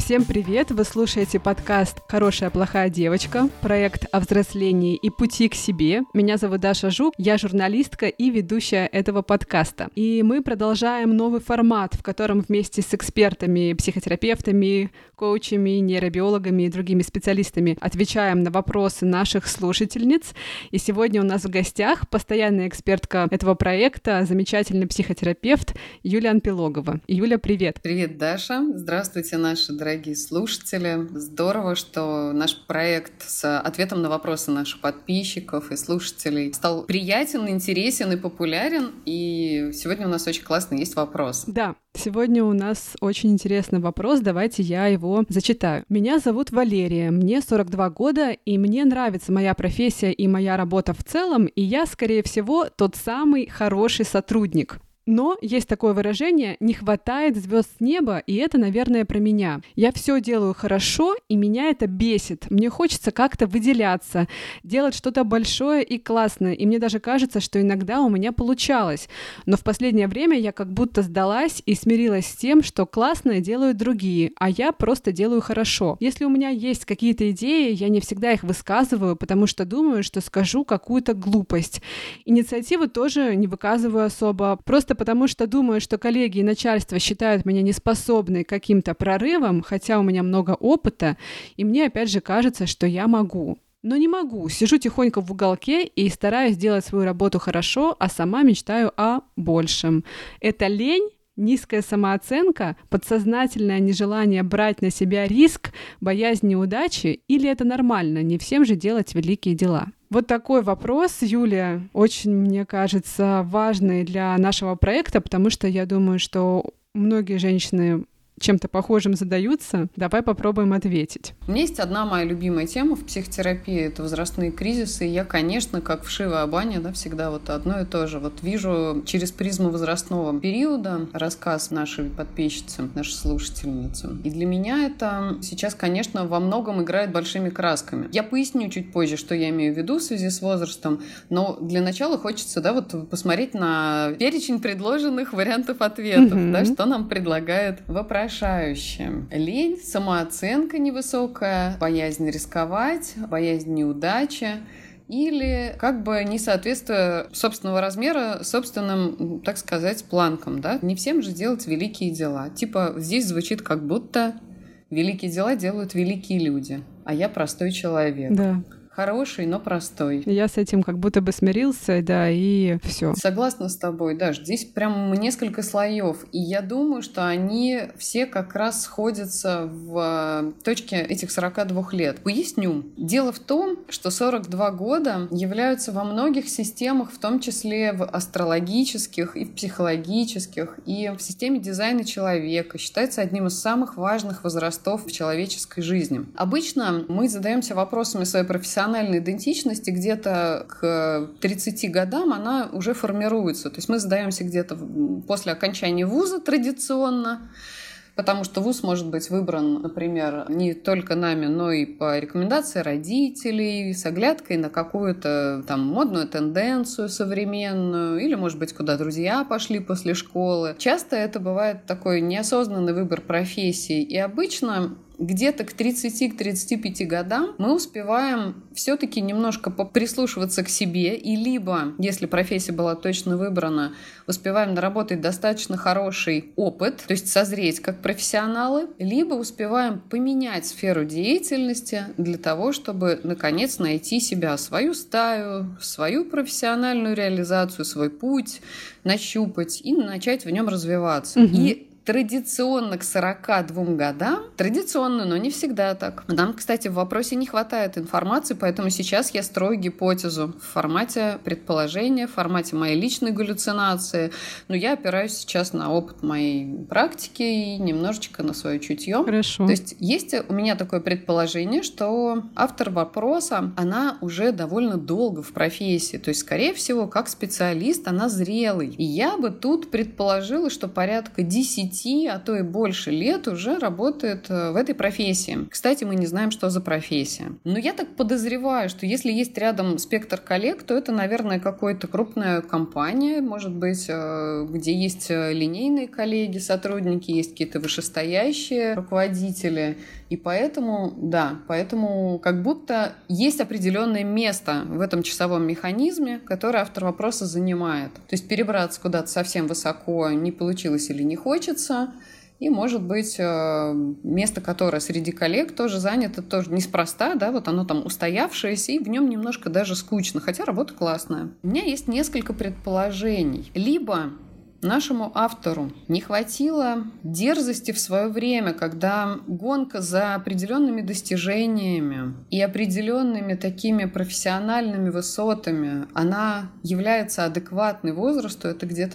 Всем привет! Вы слушаете подкаст «Хорошая плохая девочка», проект о взрослении и пути к себе. Меня зовут Даша Жук, я журналистка и ведущая этого подкаста. И мы продолжаем новый формат, в котором вместе с экспертами, психотерапевтами, коучами, нейробиологами и другими специалистами отвечаем на вопросы наших слушательниц. И сегодня у нас в гостях постоянная экспертка этого проекта, замечательный психотерапевт Юлия Анпилогова. Юля, привет! Привет, Даша! Здравствуйте, наши дорогие слушатели. Здорово, что наш проект с ответом на вопросы наших подписчиков и слушателей стал приятен, интересен и популярен. И сегодня у нас очень классный есть вопрос. Да, сегодня у нас очень интересный вопрос. Давайте я его зачитаю. Меня зовут Валерия, мне 42 года, и мне нравится моя профессия и моя работа в целом, и я, скорее всего, тот самый хороший сотрудник. Но есть такое выражение «не хватает звезд с неба», и это, наверное, про меня. Я все делаю хорошо, и меня это бесит. Мне хочется как-то выделяться, делать что-то большое и классное, и мне даже кажется, что иногда у меня получалось. Но в последнее время я как будто сдалась и смирилась с тем, что классное делают другие, а я просто делаю хорошо. Если у меня есть какие-то идеи, я не всегда их высказываю, потому что думаю, что скажу какую-то глупость. Инициативы тоже не выказываю особо, просто потому что думаю, что коллеги и начальство считают меня неспособной к каким-то прорывам, хотя у меня много опыта, и мне опять же кажется, что я могу. Но не могу, сижу тихонько в уголке и стараюсь делать свою работу хорошо, а сама мечтаю о большем. Это лень, низкая самооценка, подсознательное нежелание брать на себя риск, боязнь неудачи, или это нормально, не всем же делать великие дела? Вот такой вопрос, Юлия, очень, мне кажется, важный для нашего проекта, потому что я думаю, что многие женщины чем-то похожим задаются. Давай попробуем ответить. У меня есть одна моя любимая тема в психотерапии — это возрастные кризисы. И я, конечно, как вшивая баня, всегда одно и то же. Вижу через призму возрастного периода рассказ нашей подписчицы, нашей слушательницы. И для меня это сейчас, конечно, во многом играет большими красками. Я поясню чуть позже, что я имею в виду в связи с возрастом, но для начала хочется посмотреть на перечень предложенных вариантов ответов, что нам предлагает вопрошающий. Лень, самооценка невысокая, боязнь рисковать, боязнь неудачи или несоответствие собственного размера собственным, так сказать, планкам. Не всем же делать великие дела. Здесь звучит как будто великие дела делают великие люди, а я простой человек. Да. Хороший, но простой. Я с этим как будто бы смирился, и все. Согласна с тобой, Даш. Здесь прям несколько слоев. И я думаю, что они все как раз сходятся в точке этих 42 лет. Поясню. Дело в том, что 42 года являются во многих системах, в том числе в астрологических и в психологических, и в системе дизайна человека, считается одним из самых важных возрастов в человеческой жизни. Обычно мы задаемся вопросами своей профессиональной идентичности, где-то к 30 годам она уже формируется. То есть мы задаемся где-то после окончания вуза традиционно, потому что вуз может быть выбран, например, не только нами, но и по рекомендации родителей, с оглядкой на какую-то модную тенденцию современную, или, может быть, куда друзья пошли после школы. Часто это бывает такой неосознанный выбор профессии, и обычно где-то к 30-35 годам мы успеваем все-таки немножко прислушиваться к себе, и либо, если профессия была точно выбрана, успеваем наработать достаточно хороший опыт, то есть созреть как профессионалы, либо успеваем поменять сферу деятельности для того, чтобы, наконец, найти себя, свою стаю, свою профессиональную реализацию, свой путь, нащупать и начать в нем развиваться. И традиционно к 42 годам, традиционно, но не всегда так. Нам, кстати, в вопросе не хватает информации, поэтому сейчас я строю гипотезу в формате предположения, в формате моей личной галлюцинации, но я опираюсь сейчас на опыт моей практики и немножечко на свое чутье. Хорошо. То есть есть у меня такое предположение, что автор вопроса, она уже довольно долго в профессии, то есть, скорее всего, как специалист она зрелый. И я бы тут предположила, что порядка 10 10, а то и больше лет уже работает в этой профессии. Кстати, мы не знаем, что за профессия. Но я так подозреваю, что если есть рядом спектр коллег, то это, наверное, какая-то крупная компания, может быть, где есть линейные коллеги, сотрудники, есть какие-то вышестоящие руководители. И поэтому, да, как будто есть определенное место в этом часовом механизме, которое автор вопроса занимает. То есть перебраться куда-то совсем высоко не получилось или не хочется. И, может быть, место, которое среди коллег тоже занято, тоже неспроста, да, вот оно там устоявшееся, и в нем немножко даже скучно, хотя работа классная. У меня есть несколько предположений. Либо нашему автору не хватило дерзости в свое время, когда гонка за определенными достижениями и определенными такими профессиональными высотами, она является адекватной возрасту, это где-то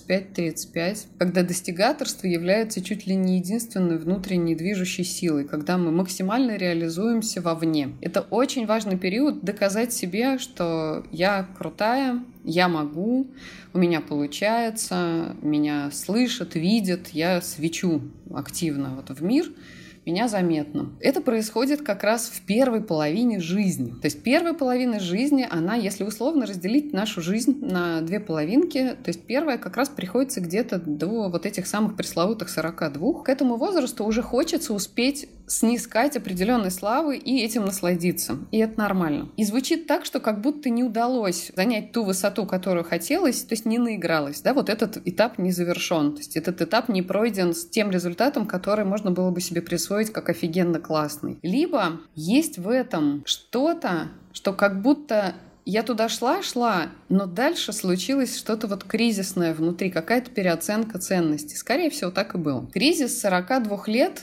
25-35, когда достигаторство является чуть ли не единственной внутренней движущей силой, когда мы максимально реализуемся вовне. Это очень важный период доказать себе, что я крутая, я могу, у меня получается, меня слышат, видят, я свечу активно вот в мир, меня заметно. Это происходит как раз в первой половине жизни. То есть первая половина жизни, она, если условно разделить нашу жизнь на две половинки, то есть первая как раз приходится где-то до вот этих самых пресловутых 42. К этому возрасту уже хочется успеть снискать определенной славы и этим насладиться. И это нормально. И звучит так, что как будто не удалось занять ту высоту, которую хотелось, то есть не наигралось. Да? Вот этот этап не завершен. То есть этот этап не пройден с тем результатом, который можно было бы себе присвоить как офигенно классный. Либо есть в этом что-то, что как будто я туда шла, но дальше случилось что-то вот кризисное внутри, какая-то переоценка ценностей. Скорее всего, так и было. Кризис 42 лет,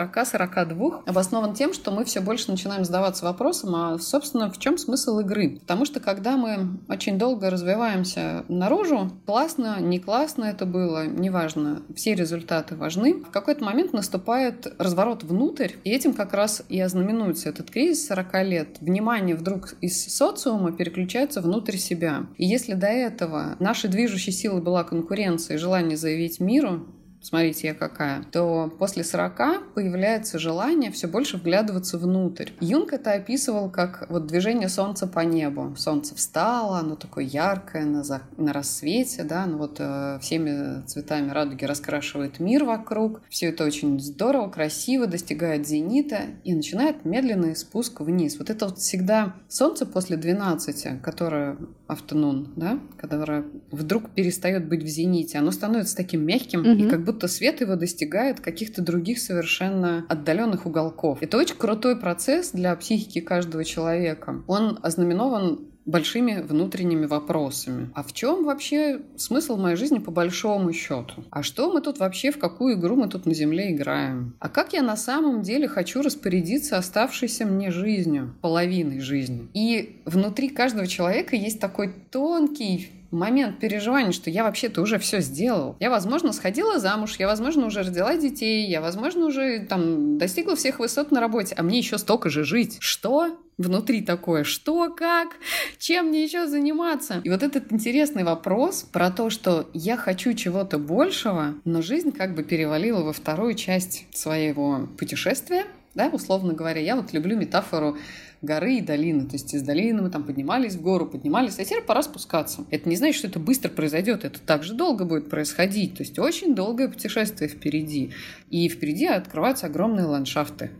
40-42, обоснован тем, что мы все больше начинаем задаваться вопросом, а, собственно, в чем смысл игры? Потому что, когда мы очень долго развиваемся наружу, классно, не классно это было, неважно, все результаты важны, в какой-то момент наступает разворот внутрь, и этим как раз и ознаменуется этот кризис 40 лет. Внимание вдруг из социума переключается внутрь себя. И если до этого нашей движущей силой была конкуренция и желание заявить миру, смотрите, я какая, то после 40 появляется желание все больше вглядываться внутрь. Юнг это описывал как вот движение солнца по небу. Солнце встало, оно такое яркое на рассвете, да, ну вот всеми цветами радуги раскрашивает мир вокруг. Все это очень здорово, красиво, достигает зенита и начинает медленный спуск вниз. Вот это вот всегда солнце после 12, которое afternoon, да, которое вдруг перестает быть в зените, оно становится таким мягким, и как будто свет его достигает каких-то других совершенно отдаленных уголков. Это очень крутой процесс для психики каждого человека. Он ознаменован большими внутренними вопросами. А в чем вообще смысл моей жизни по большому счету? А что мы тут вообще, в какую игру мы тут на Земле играем? А как я на самом деле хочу распорядиться оставшейся мне жизнью, половиной жизни? И внутри каждого человека есть такой тонкий момент переживания, что я вообще-то уже все сделал. Я, возможно, сходила замуж, я, возможно, уже родила детей, я, возможно, уже там достигла всех высот на работе, а мне еще столько же жить. Что? Внутри такое, что, как, чем мне еще заниматься? И вот этот интересный вопрос про то, что я хочу чего-то большего, но жизнь как бы перевалила во вторую часть своего путешествия, да, условно говоря. Я вот люблю метафору горы и долины. То есть из долины мы там поднимались в гору, поднимались, а теперь пора спускаться. Это не значит, что это быстро произойдет, это так же долго будет происходить. То есть очень долгое путешествие впереди. И впереди открываются огромные ландшафты.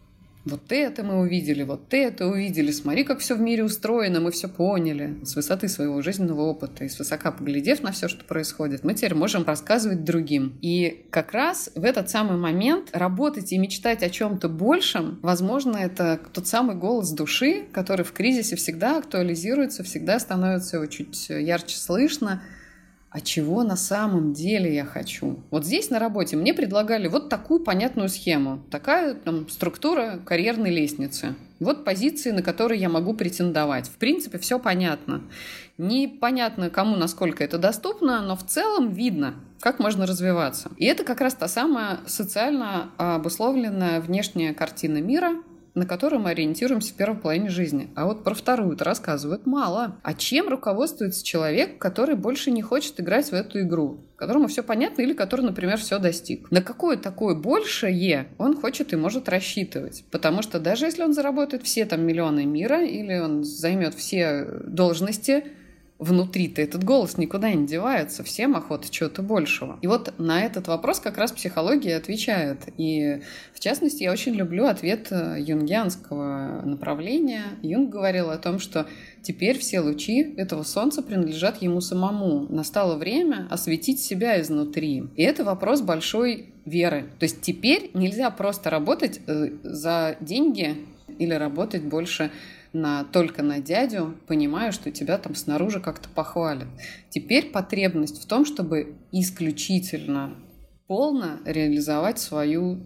Вот это мы увидели, вот это увидели. Смотри, как все в мире устроено, мы все поняли. С высоты своего жизненного опыта и свысока поглядев на все, что происходит, мы теперь можем рассказывать другим. И как раз в этот самый момент работать и мечтать о чем-то большем, возможно, это тот самый голос души, который в кризисе всегда актуализируется, всегда становится его чуть ярче слышно. А чего на самом деле я хочу? Вот здесь на работе мне предлагали вот такую понятную схему. Такая там структура карьерной лестницы. Вот позиции, на которые я могу претендовать. В принципе, все понятно. Непонятно, кому насколько это доступно, но в целом видно, как можно развиваться. И это как раз та самая социально обусловленная внешняя картина мира, на которую мы ориентируемся в первой половине жизни. А вот про вторую-то рассказывают мало. А чем руководствуется человек, который больше не хочет играть в эту игру? Которому все понятно или который, например, все достиг. На какое такое большее он хочет и может рассчитывать. Потому что даже если он заработает все там миллионы мира или он займет все должности, внутри-то этот голос никуда не девается. Всем охота чего-то большего. И вот на этот вопрос как раз психология отвечает. И в частности, я очень люблю ответ юнгианского направления. Юнг говорил о том, что теперь все лучи этого солнца принадлежат ему самому. Настало время осветить себя изнутри. И это вопрос большой веры. То есть теперь нельзя просто работать за деньги или работать больше только на дядю, понимая, что тебя там снаружи как-то похвалят. Теперь потребность в том, чтобы исключительно полно реализовать свою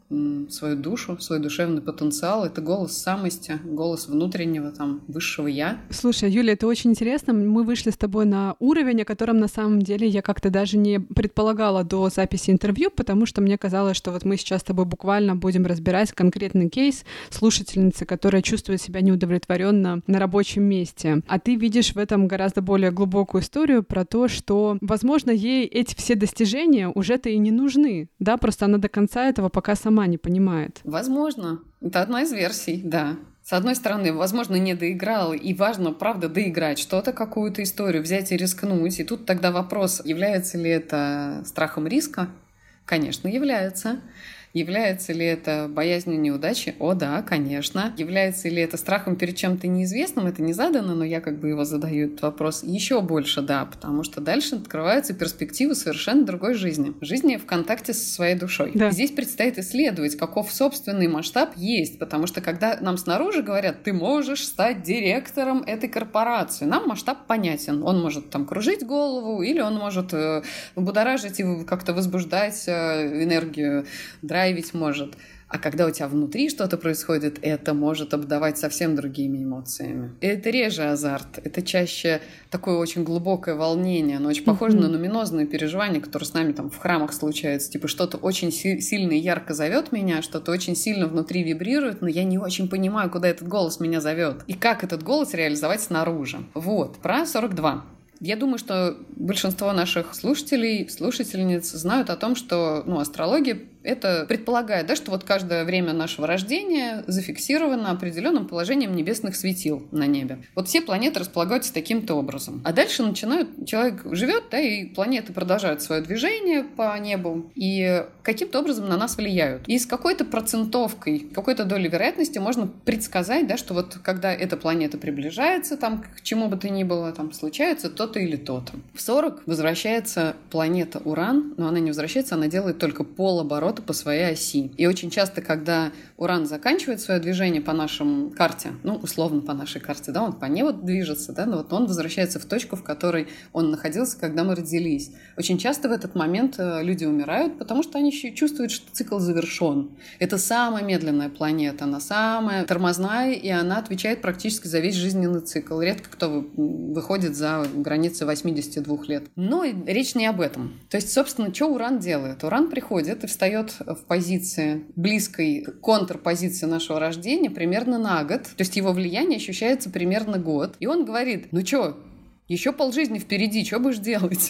душу, свой душевный потенциал. Это голос самости, голос внутреннего, там, высшего «я». Слушай, Юля, это очень интересно. Мы вышли с тобой на уровень, о котором на самом деле я как-то даже не предполагала до записи интервью, потому что мне казалось, что вот мы сейчас с тобой буквально будем разбирать конкретный кейс слушательницы, которая чувствует себя неудовлетворенно на рабочем месте. А ты видишь в этом гораздо более глубокую историю про то, что, возможно, ей эти все достижения уже-то и не нужны, да, просто она до конца этого пока сама не понимает. Возможно. Это одна из версий, да. С одной стороны, возможно, не доиграл, и важно, правда, доиграть что-то, какую-то историю, взять и рискнуть. И тут тогда вопрос, является ли это страхом риска? Конечно, является. Является ли это боязнью неудачи? О, да, конечно. Является ли это страхом перед чем-то неизвестным? Это не задано, но я как бы его задаю, этот вопрос. Еще больше, да, потому что дальше открываются перспективы совершенно другой жизни. Жизни в контакте со своей душой. Да. Здесь предстоит исследовать, каков собственный масштаб есть, потому что когда нам снаружи говорят, ты можешь стать директором этой корпорации, нам масштаб понятен. Он может там кружить голову, или он может будоражить и как-то возбуждать энергию, драйвить может. А когда у тебя внутри что-то происходит, это может обдавать совсем другими эмоциями. И это реже азарт. Это чаще такое очень глубокое волнение. Оно очень похоже на нуминозные переживания, которые с нами там в храмах случаются. Типа что-то очень сильно и ярко зовет меня, что-то очень сильно внутри вибрирует, но я не очень понимаю, куда этот голос меня зовет. И как этот голос реализовать снаружи. Вот. Про 42. Я думаю, что большинство наших слушателей, слушательниц знают о том, что астрология это предполагает, да, что вот каждое время нашего рождения зафиксировано определенным положением небесных светил на небе. Вот все планеты располагаются таким-то образом. А дальше человек живет, да, и планеты продолжают свое движение по небу и каким-то образом на нас влияют. И с какой-то процентовкой, какой-то долей вероятности можно предсказать, да, что вот когда эта планета приближается там, к чему бы то ни было, там случается то-то или то-то. В 40 возвращается планета Уран, но она не возвращается, она делает только полоборота по своей оси. И очень часто, когда Уран заканчивает свое движение по нашей карте, условно по нашей карте, да, он по небу движется, да, но вот он возвращается в точку, в которой он находился, когда мы родились. Очень часто в этот момент люди умирают, потому что они еще чувствуют, что цикл завершен. Это самая медленная планета, она самая тормозная, и она отвечает практически за весь жизненный цикл. Редко кто выходит за границы 82 лет. Но речь не об этом. То есть, собственно, что Уран делает? Уран приходит и встает в позиции близкой к контрпозиции нашего рождения примерно на год. То есть его влияние ощущается примерно год. И он говорит, еще полжизни впереди, что будешь делать?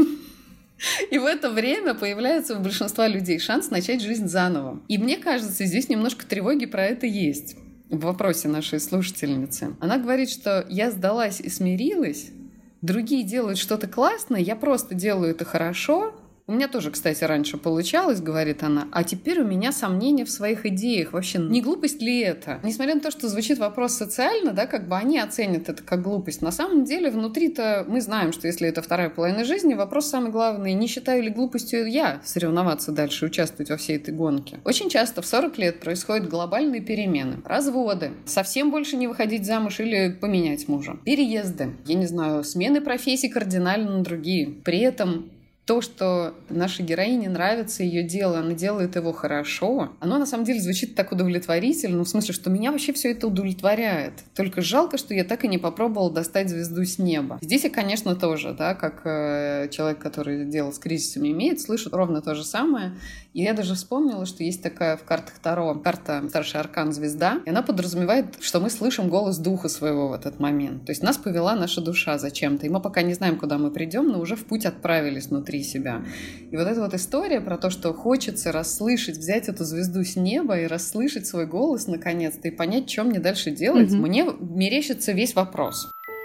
И в это время появляется у большинства людей шанс начать жизнь заново. И мне кажется, здесь немножко тревоги про это есть. В вопросе нашей слушательницы. Она говорит, что я сдалась и смирилась, другие делают что-то классное, я просто делаю это хорошо. У меня тоже, кстати, раньше получалось, говорит она, а теперь у меня сомнения в своих идеях. Вообще, не глупость ли это? Несмотря на то, что звучит вопрос социально, да, как бы они оценят это как глупость. На самом деле, внутри-то мы знаем, что если это вторая половина жизни, вопрос самый главный, не считаю ли глупостью я соревноваться дальше, участвовать во всей этой гонке. Очень часто в 40 лет происходят глобальные перемены. Разводы, совсем больше не выходить замуж или поменять мужа. Переезды, я не знаю, смены профессий кардинально на другие. При этом то, что нашей героине нравится ее дело, она делает его хорошо, оно на самом деле звучит так удовлетворительно, ну, в смысле, что меня вообще все это удовлетворяет. Только жалко, что я так и не попробовала достать звезду с неба. Здесь я, конечно, тоже, да, как человек, который дело с кризисами имеет, слышу ровно то же самое. И я даже вспомнила, что есть такая в картах Таро карта «Старший аркан Звезда», и она подразумевает, что мы слышим голос духа своего в этот момент. То есть нас повела наша душа зачем-то, и мы пока не знаем, куда мы придем, но уже в путь отправились внутри себя. И вот эта вот история про то, что хочется расслышать, взять эту звезду с неба и расслышать свой голос наконец-то и понять, что мне дальше делать, мне мерещится весь вопрос.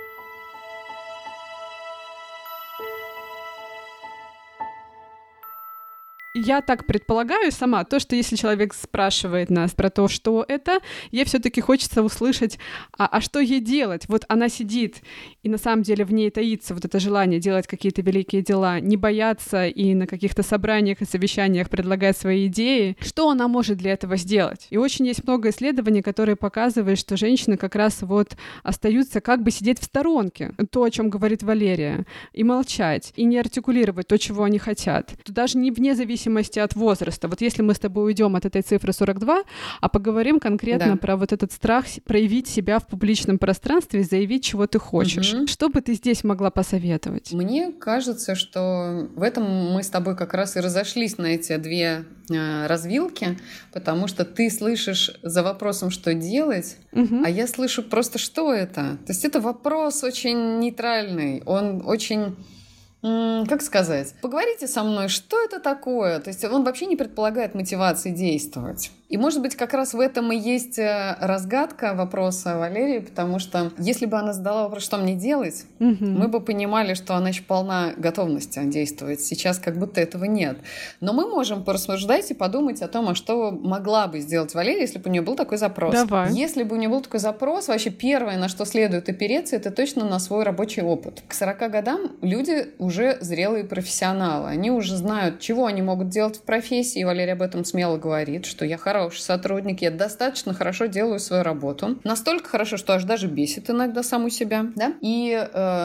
Я так предполагаю сама, то, что если человек спрашивает нас про то, что это, ей все-таки хочется услышать, а что ей делать? Вот она сидит, и на самом деле в ней таится вот это желание делать какие-то великие дела, не бояться и на каких-то собраниях и совещаниях предлагать свои идеи. Что она может для этого сделать? И очень есть много исследований, которые показывают, что женщины как раз вот остаются как бы сидеть в сторонке, то, о чем говорит Валерия, и молчать, и не артикулировать то, чего они хотят. То даже не вне зависимости от возраста. Вот если мы с тобой уйдем от этой цифры 42, а поговорим конкретно про вот этот страх проявить себя в публичном пространстве и заявить, чего ты хочешь. Что бы ты здесь могла посоветовать? Мне кажется, что в этом мы с тобой как раз и разошлись на эти две развилки, потому что ты слышишь за вопросом, что делать, а я слышу просто, что это. То есть это вопрос очень нейтральный, он очень... Как сказать? Поговорите со мной, что это такое? То есть он вообще не предполагает мотивации действовать. И, может быть, как раз в этом и есть разгадка вопроса Валерии, потому что если бы она задала вопрос, что мне делать, мы бы понимали, что она еще полна готовности действовать. Сейчас как будто этого нет. Но мы можем порассуждать и подумать о том, а что могла бы сделать Валерия, если бы у нее был такой запрос. Давай. Если бы у нее был такой запрос, вообще первое, на что следует опереться, это точно на свой рабочий опыт. К 40 годам люди уже зрелые профессионалы. Они уже знают, чего они могут делать в профессии. И Валерия об этом смело говорит, что я хороший сотрудник, я достаточно хорошо делаю свою работу. Настолько хорошо, что аж даже бесит иногда саму себя. Да? И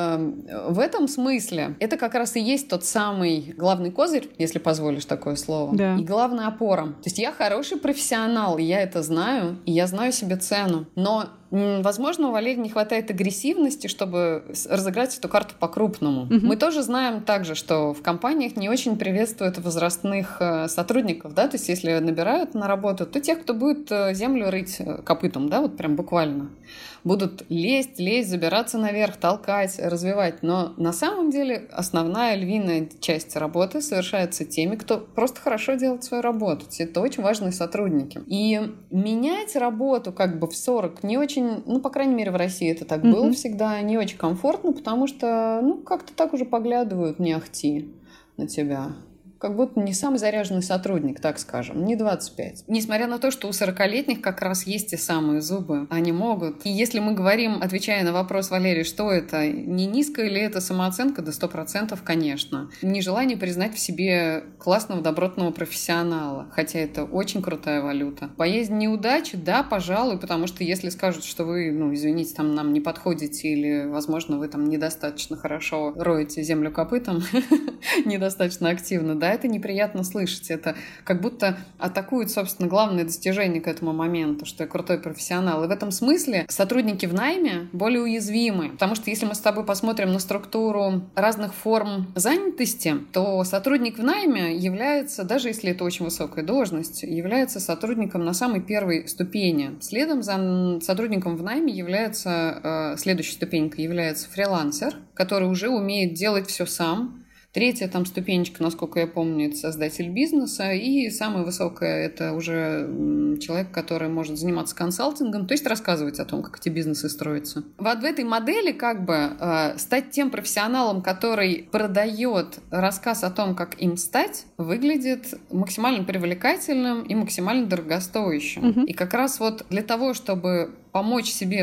в этом смысле это как раз и есть тот самый главный козырь, если позволишь такое слово, и главная опора. То есть я хороший профессионал, и я это знаю, и я знаю себе цену. Но возможно, у Валерии не хватает агрессивности, чтобы разыграть эту карту по-крупному. Мы тоже знаем также, что в компаниях не очень приветствуют возрастных сотрудников, да, то есть если набирают на работу, то тех, кто будет землю рыть копытом, да, вот прям буквально. Будут лезть, забираться наверх, толкать, развивать. Но на самом деле основная львиная часть работы совершается теми, кто просто хорошо делает свою работу. Это очень важные сотрудники. И менять работу как бы в 40 не очень, ну, по крайней мере, в России это так было всегда, не очень комфортно, потому что, ну, как-то так уже поглядывают не ахти на тебя. Как будто не самый заряженный сотрудник, так скажем, не 25. Несмотря на то, что у 40-летних как раз есть те самые зубы, они могут. И если мы говорим, отвечая на вопрос Валерии, что это, не низкая ли это самооценка, да 100%, конечно. Нежелание признать в себе классного, добротного профессионала, хотя это очень крутая валюта. Боязнь неудачи, да, пожалуй, потому что если скажут, что вы, ну, извините, там нам не подходите или, возможно, вы там недостаточно хорошо роете землю копытом, недостаточно активно, да, это неприятно слышать. Это как будто атакует, собственно, главное достижение к этому моменту, что я крутой профессионал. И в этом смысле сотрудники в найме более уязвимы. Потому что если мы с тобой посмотрим на структуру разных форм занятости, то сотрудник в найме является, даже если это очень высокая должность, является сотрудником на самой первой ступени. Следом за сотрудником в найме является, следующей ступенькой является фрилансер, который уже умеет делать все сам. Третья там ступенечка, насколько я помню, это создатель бизнеса. И самая высокая — это уже человек, который может заниматься консалтингом, то есть рассказывать о том, как эти бизнесы строятся. Вот в этой модели как бы стать тем профессионалом, который продает рассказ о том, как им стать, выглядит максимально привлекательным и максимально дорогостоящим. И как раз вот для того, чтобы помочь себе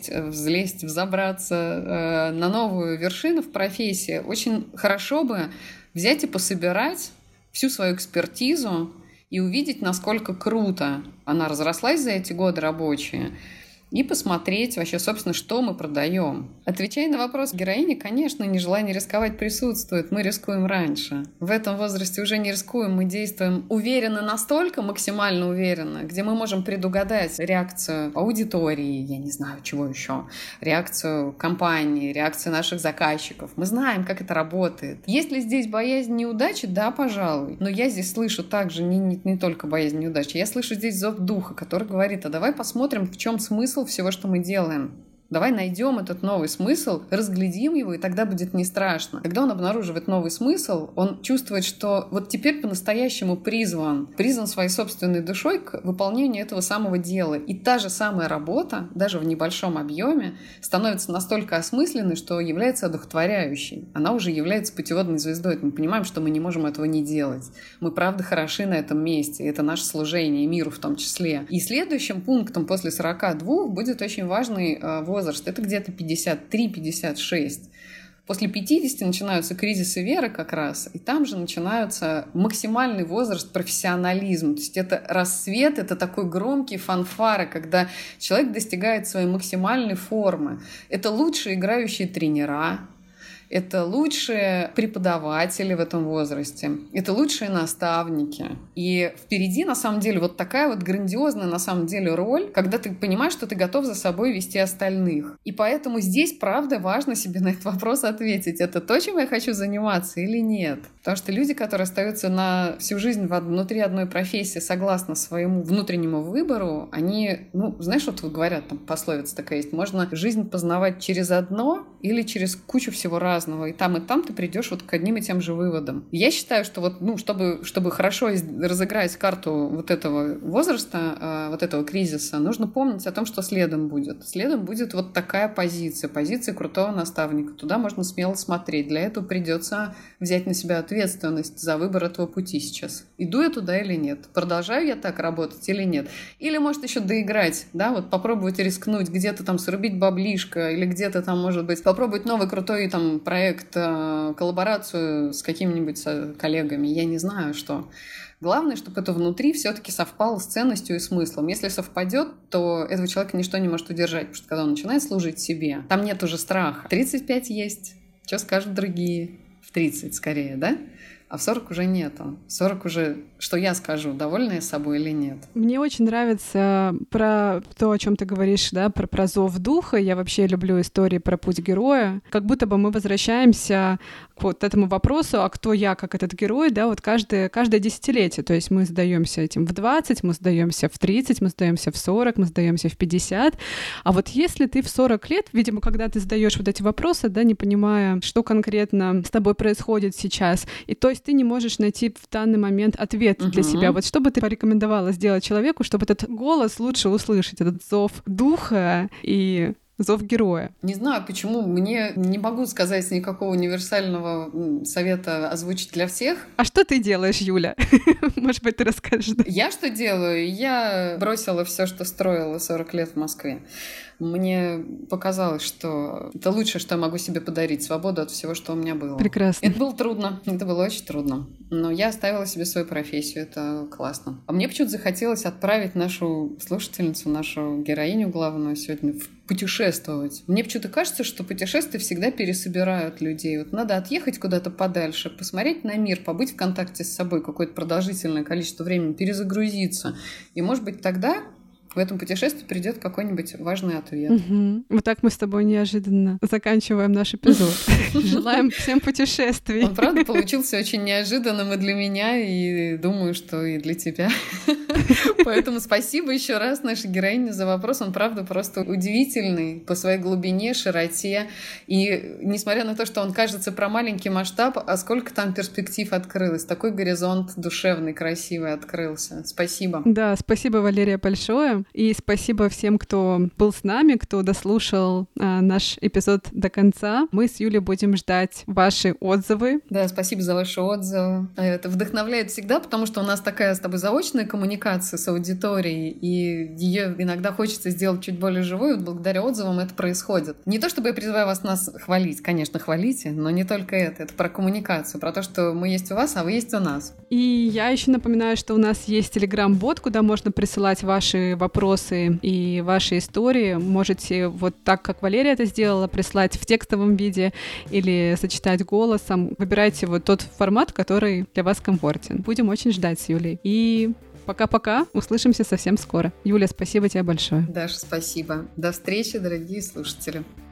взобраться на новую вершину в профессии, очень хорошо бы взять и пособирать всю свою экспертизу и увидеть, насколько круто она разрослась за эти годы рабочие, и посмотреть вообще, собственно, что мы продаем. Отвечая на вопрос героини, конечно, нежелание рисковать присутствует. Мы рискуем раньше. В этом возрасте уже не рискуем, мы действуем уверенно настолько, максимально уверенно, где мы можем предугадать реакцию аудитории, я не знаю, чего еще, реакцию компании, реакцию наших заказчиков. Мы знаем, как это работает. Есть ли здесь боязнь неудачи? Да, пожалуй. Но я здесь слышу также не только боязнь неудачи. Я слышу здесь зов духа, который говорит: а давай посмотрим, в чем смысл всего, что мы делаем. Давай найдем этот новый смысл, разглядим его, и тогда будет не страшно. Когда он обнаруживает новый смысл, он чувствует, что вот теперь по-настоящему призван своей собственной душой к выполнению этого самого дела. И та же самая работа, даже в небольшом объеме, становится настолько осмысленной, что является одухотворяющей. Она уже является путеводной звездой. Мы понимаем, что мы не можем этого не делать. Мы, правда, хороши на этом месте. Это наше служение миру в том числе. И следующим пунктом после 42 будет очень важный возраст. Это где-то 53-56. После 50 начинаются кризисы веры как раз, и там же начинается максимальный возраст профессионализма. То есть это рассвет, это такой громкий фанфары, когда человек достигает своей максимальной формы. Это лучшие играющие тренера, это лучшие преподаватели в этом возрасте, это лучшие наставники. И впереди, на самом деле, вот такая вот грандиозная, на самом деле, роль, когда ты понимаешь, что ты готов за собой вести остальных. И поэтому здесь, правда, важно себе на этот вопрос ответить. Это то, чем я хочу заниматься или нет? Потому что люди, которые остаются на всю жизнь внутри одной профессии согласно своему внутреннему выбору, они, знаешь, вот говорят, там пословица такая есть, можно жизнь познавать через одно или через кучу всего разного. И там ты придешь вот к одним и тем же выводам. Я считаю, что вот, чтобы хорошо разыграть карту вот этого возраста, вот этого кризиса, нужно помнить о том, что следом будет. Следом будет вот такая позиция крутого наставника. Туда можно смело смотреть. Для этого придется взять на себя ответственность за выбор этого пути сейчас. Иду я туда или нет? Продолжаю я так работать или нет? Или, может, еще доиграть, да, вот попробовать рискнуть, где-то там срубить баблишко, или где-то там, может быть, попробовать новый крутой там проект, коллаборацию с какими-нибудь коллегами, я не знаю что. Главное, чтобы это внутри все-таки совпало с ценностью и смыслом. Если совпадет, то этого человека ничто не может удержать, потому что когда он начинает служить себе, там нет уже страха. 35 есть, что скажут другие? В 30 скорее, да? А в 40 уже нету. В 40 уже, что я скажу, довольна я собой или нет. Мне очень нравится про то, о чем ты говоришь, да, про зов духа. Я вообще люблю истории про путь героя. Как будто бы мы возвращаемся к вот этому вопросу, а кто я, как этот герой, да, вот каждое десятилетие. То есть мы задаемся этим в 20, мы задаемся в 30, мы задаемся в 40, мы задаемся в 50. А вот если ты в 40 лет, видимо, когда ты задаешь вот эти вопросы, да, не понимая, что конкретно с тобой происходит сейчас, и то есть ты не можешь найти в данный момент ответ для себя. Вот что бы ты порекомендовала сделать человеку, чтобы этот голос лучше услышать, этот зов духа и зов героя? Не знаю, почему. Мне не могу сказать никакого универсального совета озвучить для всех. А что ты делаешь, Юля? Может быть, ты расскажешь? Я что делаю? Я бросила все, что строила 40 лет в Москве. Мне показалось, что это лучшее, что я могу себе подарить, свободу от всего, что у меня было. Прекрасно. Это было трудно, это было очень трудно. Но я оставила себе свою профессию, это классно. А мне почему-то захотелось отправить нашу слушательницу, нашу героиню главную сегодня путешествовать. Мне почему-то кажется, что путешествия всегда пересобирают людей. Вот надо отъехать куда-то подальше, посмотреть на мир, побыть в контакте с собой какое-то продолжительное количество времени, перезагрузиться. И, может быть, тогда в этом путешествии придет какой-нибудь важный ответ. Вот так мы с тобой неожиданно заканчиваем наш эпизод. Желаем всем путешествий. Он, правда, получился очень неожиданным и для меня, и думаю, что и для тебя. Поэтому спасибо еще раз нашей героине за вопрос. Он, правда, просто удивительный по своей глубине, широте. И несмотря на то, что он кажется про маленький масштаб, а сколько там перспектив открылось. Такой горизонт душевный, красивый открылся. Спасибо. Да, спасибо, Валерия, большое. И спасибо всем, кто был с нами, кто дослушал наш эпизод до конца. Мы с Юлей будем ждать ваши отзывы. Да, спасибо за ваши отзывы. Это вдохновляет всегда, потому что у нас такая с тобой заочная коммуникация с аудиторией. аудиторией, и ее иногда хочется сделать чуть более живой, вот благодаря отзывам это происходит. Не то чтобы я призываю вас нас хвалить, конечно, хвалите, но не только это про коммуникацию, про то, что мы есть у вас, а вы есть у нас. И я еще напоминаю, что у нас есть Telegram-бот, куда можно присылать ваши вопросы и ваши истории. Можете вот так, как Валерия это сделала, прислать в текстовом виде или сочетать голосом. Выбирайте вот тот формат, который для вас комфортен. Будем очень ждать с Юлей. И пока-пока. Услышимся совсем скоро. Юля, спасибо тебе большое. Даша, спасибо. До встречи, дорогие слушатели.